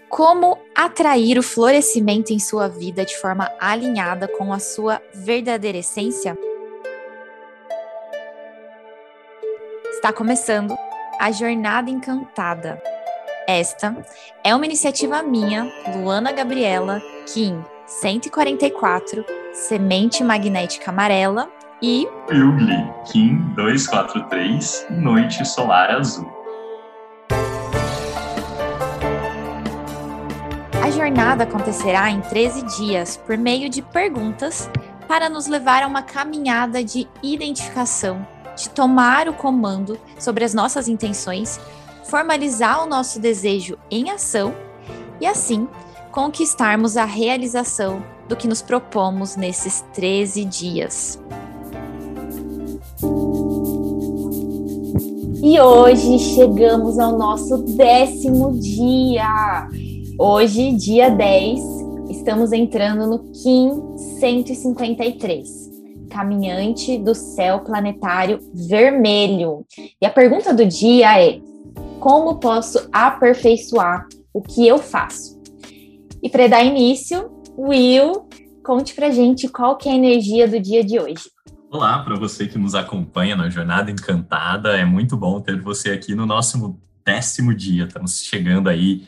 Como atrair o florescimento em sua vida de forma alinhada com a sua verdadeira essência? Está começando a Jornada Encantada. Esta é uma iniciativa minha, Luana Gabriela, Kim 144, Semente Magnética Amarela e Yugli, Kim 243, Noite Solar Azul. A jornada acontecerá em 13 dias por meio de perguntas para nos levar a uma caminhada de identificação, de tomar o comando sobre as nossas intenções, formalizar o nosso desejo em ação e assim conquistarmos a realização do que nos propomos nesses 13 dias. E hoje chegamos ao nosso 10º dia. Hoje, dia 10, estamos entrando no Kim 153, caminhante do céu planetário vermelho. E a pergunta do dia é: como posso aperfeiçoar o que eu faço? E para dar início, Will, conte pra gente qual que é a energia do dia de hoje. Olá, para você que nos acompanha na Jornada Encantada, é muito bom ter você aqui no nosso 10º dia. Estamos chegando aí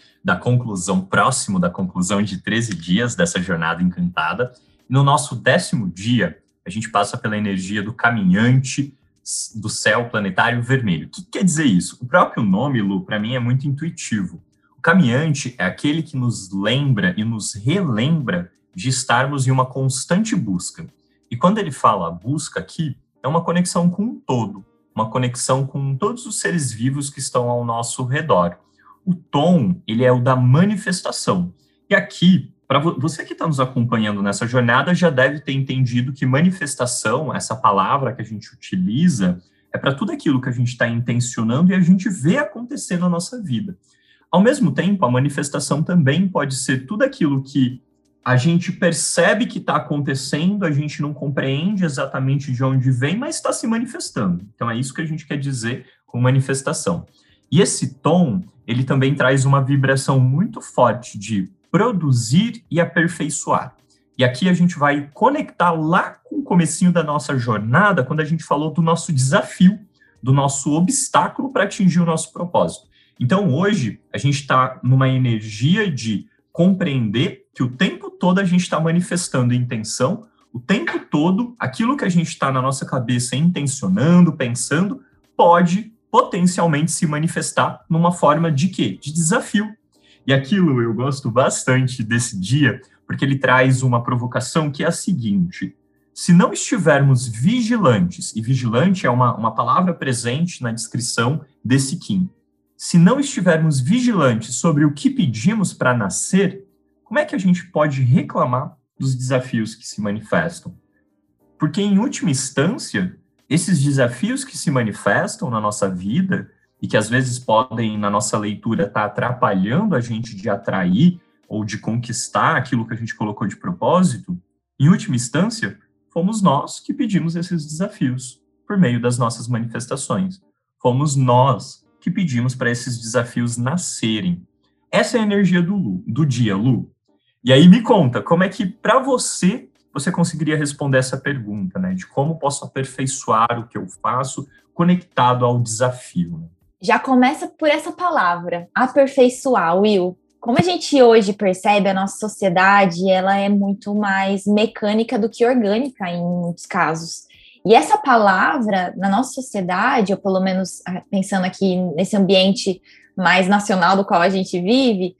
próximo da conclusão de 13 dias dessa Jornada Encantada. No nosso 10º dia, a gente passa pela energia do caminhante do céu planetário vermelho. O que quer dizer isso? O próprio nome, Lu, para mim é muito intuitivo. O caminhante é aquele que nos lembra e nos relembra de estarmos em uma constante busca. E quando ele fala busca aqui, é uma conexão com o todo, uma conexão com todos os seres vivos que estão ao nosso redor. O tom, ele é o da manifestação. E aqui, para você que está nos acompanhando nessa jornada, já deve ter entendido que manifestação, essa palavra que a gente utiliza, é para tudo aquilo que a gente está intencionando e a gente vê acontecer na nossa vida. Ao mesmo tempo, a manifestação também pode ser tudo aquilo que a gente percebe que está acontecendo, a gente não compreende exatamente de onde vem, mas está se manifestando. Então, é isso que a gente quer dizer com manifestação. E esse tom, ele também traz uma vibração muito forte de produzir e aperfeiçoar. E aqui a gente vai conectar lá com o comecinho da nossa jornada, quando a gente falou do nosso desafio, do nosso obstáculo para atingir o nosso propósito. Então, hoje, a gente está numa energia de compreender que o tempo todo a gente está manifestando intenção, o tempo todo aquilo que a gente está na nossa cabeça intencionando, pensando, pode potencialmente se manifestar numa forma de quê? De desafio. E aquilo eu gosto bastante desse dia, porque ele traz uma provocação que é a seguinte: se não estivermos vigilantes, e vigilante é uma palavra presente na descrição desse Kim, se não estivermos vigilantes sobre o que pedimos para nascer, como é que a gente pode reclamar dos desafios que se manifestam? Porque, em última instância, esses desafios que se manifestam na nossa vida e que às vezes podem, na nossa leitura, estar atrapalhando a gente de atrair ou de conquistar aquilo que a gente colocou de propósito, em última instância, fomos nós que pedimos esses desafios por meio das nossas manifestações. Fomos nós que pedimos para esses desafios nascerem. Essa é a energia do dia, Lu. E aí me conta, como é que para você conseguiria responder essa pergunta, né? De como posso aperfeiçoar o que eu faço conectado ao desafio, né? Já começa por essa palavra, aperfeiçoar, Will. Como a gente hoje percebe, a nossa sociedade, ela é muito mais mecânica do que orgânica em muitos casos. E essa palavra, na nossa sociedade, ou pelo menos pensando aqui nesse ambiente mais nacional do qual a gente vive,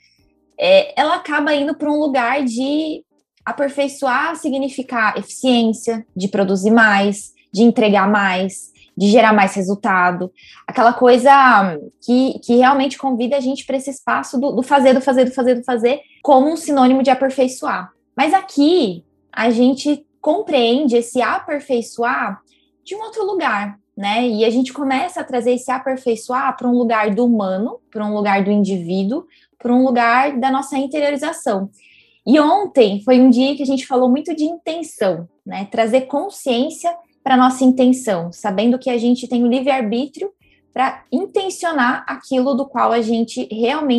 ela acaba indo para um lugar de aperfeiçoar, significar eficiência, de produzir mais, de entregar mais, de gerar mais resultado. Aquela coisa que realmente convida a gente para esse espaço do fazer, como um sinônimo de aperfeiçoar. Mas aqui, a gente compreende esse aperfeiçoar de um outro lugar, né? E a gente começa a trazer esse aperfeiçoar para um lugar do humano, para um lugar do indivíduo, para um lugar da nossa interiorização. E ontem foi um dia que a gente falou muito de intenção, né? Trazer consciência para a nossa intenção, sabendo que a gente tem o livre-arbítrio para intencionar aquilo do qual a gente realmente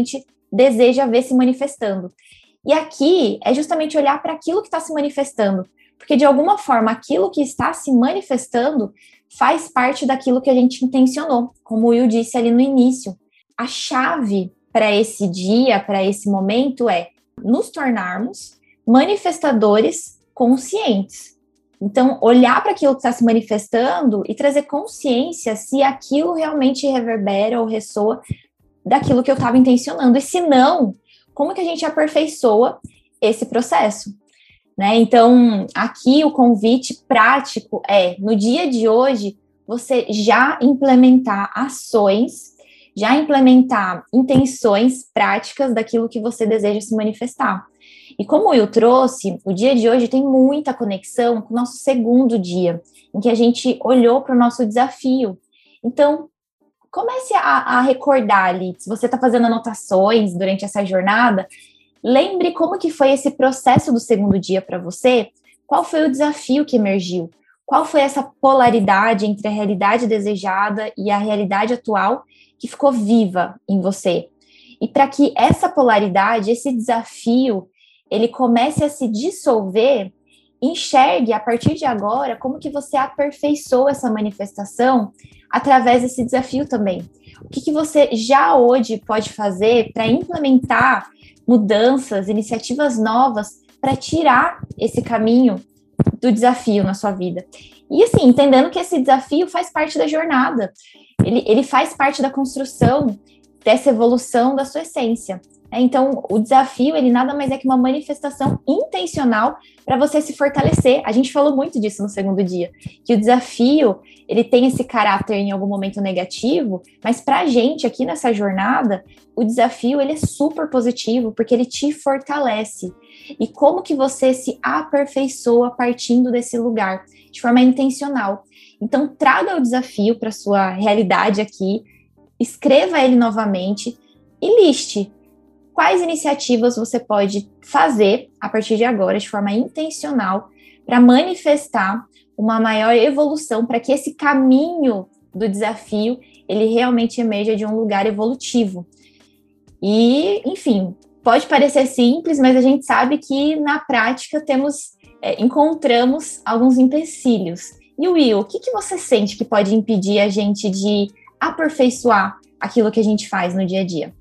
deseja ver se manifestando. E aqui é justamente olhar para aquilo que está se manifestando, porque de alguma forma aquilo que está se manifestando faz parte daquilo que a gente intencionou, como o Will disse ali no início. A chave para esse dia, para esse momento é nos tornarmos manifestadores conscientes. Então, olhar para aquilo que está se manifestando e trazer consciência se aquilo realmente reverbera ou ressoa daquilo que eu estava intencionando. E se não, como que a gente aperfeiçoa esse processo? Né? Então, aqui o convite prático é, no dia de hoje, você já implementar ações, já implementar intenções práticas daquilo que você deseja se manifestar. E como o Will trouxe, o dia de hoje tem muita conexão com o nosso segundo dia, em que a gente olhou para o nosso desafio. Então, comece a recordar ali, se você está fazendo anotações durante essa jornada, lembre como que foi esse processo do segundo dia para você, qual foi o desafio que emergiu, qual foi essa polaridade entre a realidade desejada e a realidade atual que ficou viva em você. E para que essa polaridade, esse desafio, ele comece a se dissolver, enxergue a partir de agora como que você aperfeiçoa essa manifestação através desse desafio também. O que você já hoje pode fazer para implementar mudanças, iniciativas novas para tirar esse caminho do desafio na sua vida. E assim, entendendo que esse desafio faz parte da jornada, ele faz parte da construção dessa evolução da sua essência. Então, o desafio, ele nada mais é que uma manifestação intencional para você se fortalecer. A gente falou muito disso no segundo dia, que o desafio, ele tem esse caráter em algum momento negativo, mas para a gente aqui nessa jornada, o desafio, ele é super positivo, porque ele te fortalece. E como que você se aperfeiçoa partindo desse lugar, de forma intencional. Então, traga o desafio para a sua realidade aqui, escreva ele novamente e liste quais iniciativas você pode fazer a partir de agora, de forma intencional, para manifestar uma maior evolução, para que esse caminho do desafio, ele realmente emerja de um lugar evolutivo. E, enfim, pode parecer simples, mas a gente sabe que na prática encontramos alguns empecilhos. E Will, o que você sente que pode impedir a gente de aperfeiçoar aquilo que a gente faz no dia a dia?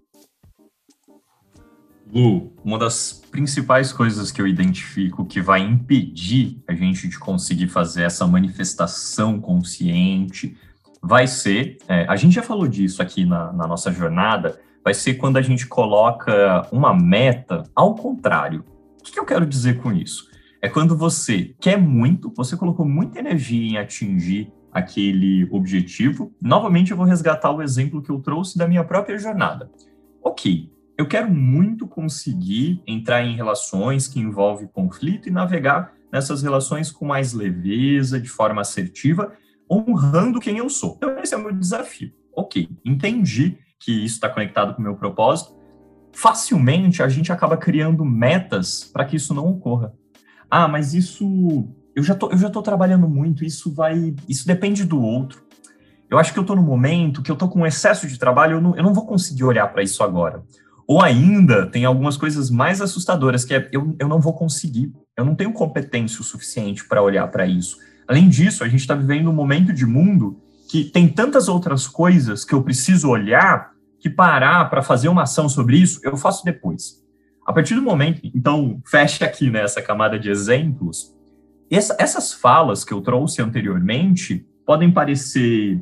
Lu, uma das principais coisas que eu identifico que vai impedir a gente de conseguir fazer essa manifestação consciente vai ser, a gente já falou disso aqui na nossa jornada, vai ser quando a gente coloca uma meta ao contrário. O que eu quero dizer com isso? É quando você quer muito, você colocou muita energia em atingir aquele objetivo. Novamente, eu vou resgatar o exemplo que eu trouxe da minha própria jornada. Ok, eu quero muito conseguir entrar em relações que envolvem conflito e navegar nessas relações com mais leveza, de forma assertiva, honrando quem eu sou. Então, esse é o meu desafio. Ok, entendi que isso está conectado com o meu propósito. Facilmente, a gente acaba criando metas para que isso não ocorra. Ah, mas isso... Eu já tô trabalhando muito, isso depende do outro. Eu acho que eu estou num momento que eu estou com excesso de trabalho, eu não vou conseguir olhar para isso agora. Ou ainda, tem algumas coisas mais assustadoras, que eu não vou conseguir, eu não tenho competência o suficiente para olhar para isso. Além disso, a gente está vivendo um momento de mundo que tem tantas outras coisas que eu preciso olhar, que parar para fazer uma ação sobre isso, eu faço depois. A partir do momento, então, fecha aqui nessa camada de exemplos, essas falas que eu trouxe anteriormente podem parecer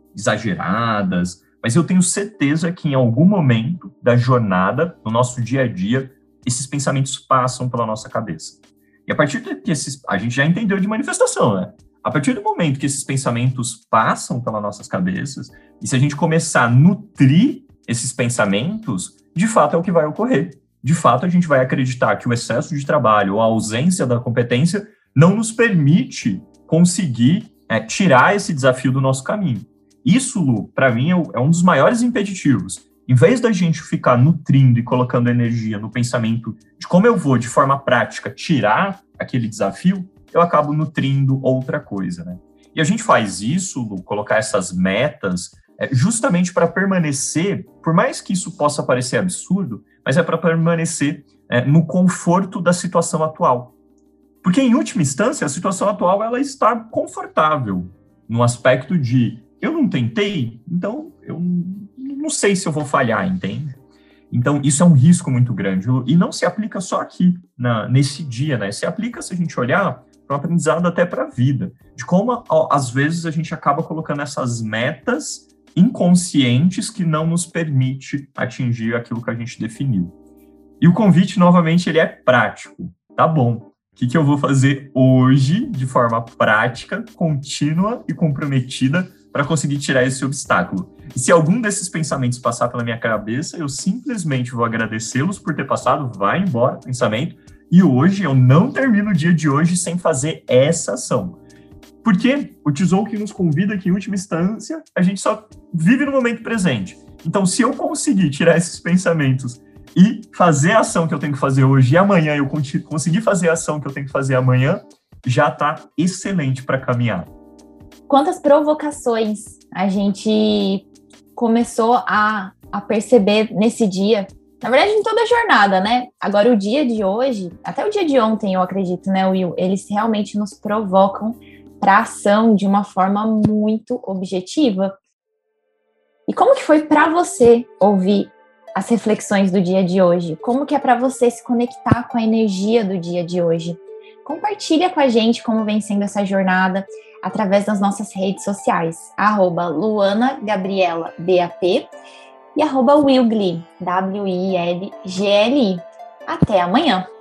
exageradas, mas eu tenho certeza que em algum momento da jornada, no nosso dia a dia, esses pensamentos passam pela nossa cabeça. E a partir que a gente já entendeu de manifestação, né? A partir do momento que esses pensamentos passam pelas nossas cabeças, e se a gente começar a nutrir esses pensamentos, de fato é o que vai ocorrer. De fato, a gente vai acreditar que o excesso de trabalho ou a ausência da competência não nos permite conseguir tirar esse desafio do nosso caminho. Isso, Lu, para mim, é um dos maiores impeditivos. Em vez da gente ficar nutrindo e colocando energia no pensamento de como eu vou, de forma prática, tirar aquele desafio, eu acabo nutrindo outra coisa, né? E a gente faz isso, Lu, colocar essas metas, justamente para permanecer, por mais que isso possa parecer absurdo, mas é para permanecer no conforto da situação atual. Porque, em última instância, a situação atual ela está confortável, no aspecto de eu não tentei, então eu não sei se eu vou falhar, entende? Então, isso é um risco muito grande. E não se aplica só aqui, nesse dia, né? Se aplica, se a gente olhar, para um aprendizado até para a vida. De como, às vezes, a gente acaba colocando essas metas inconscientes que não nos permite atingir aquilo que a gente definiu. E o convite, novamente, ele é prático. Tá bom. O que eu vou fazer hoje, de forma prática, contínua e comprometida, para conseguir tirar esse obstáculo? E se algum desses pensamentos passar pela minha cabeça, eu simplesmente vou agradecê-los por ter passado, vai embora o pensamento, e hoje eu não termino o dia de hoje sem fazer essa ação. Porque o Tzolk'in nos convida que, em última instância, a gente só vive no momento presente. Então, se eu conseguir tirar esses pensamentos e fazer a ação que eu tenho que fazer hoje e amanhã eu conseguir fazer a ação que eu tenho que fazer amanhã, já está excelente para caminhar. Quantas provocações a gente começou a perceber nesse dia, na verdade em toda a jornada, né? Agora o dia de hoje, até o dia de ontem eu acredito, né, Will, eles realmente nos provocam para ação de uma forma muito objetiva. E como que foi para você ouvir as reflexões do dia de hoje? Como que é para você se conectar com a energia do dia de hoje? Compartilha com a gente como vem sendo essa jornada através das nossas redes sociais, @LuanaGabrielaBAP e @Wilgli, WILGLI. Até amanhã!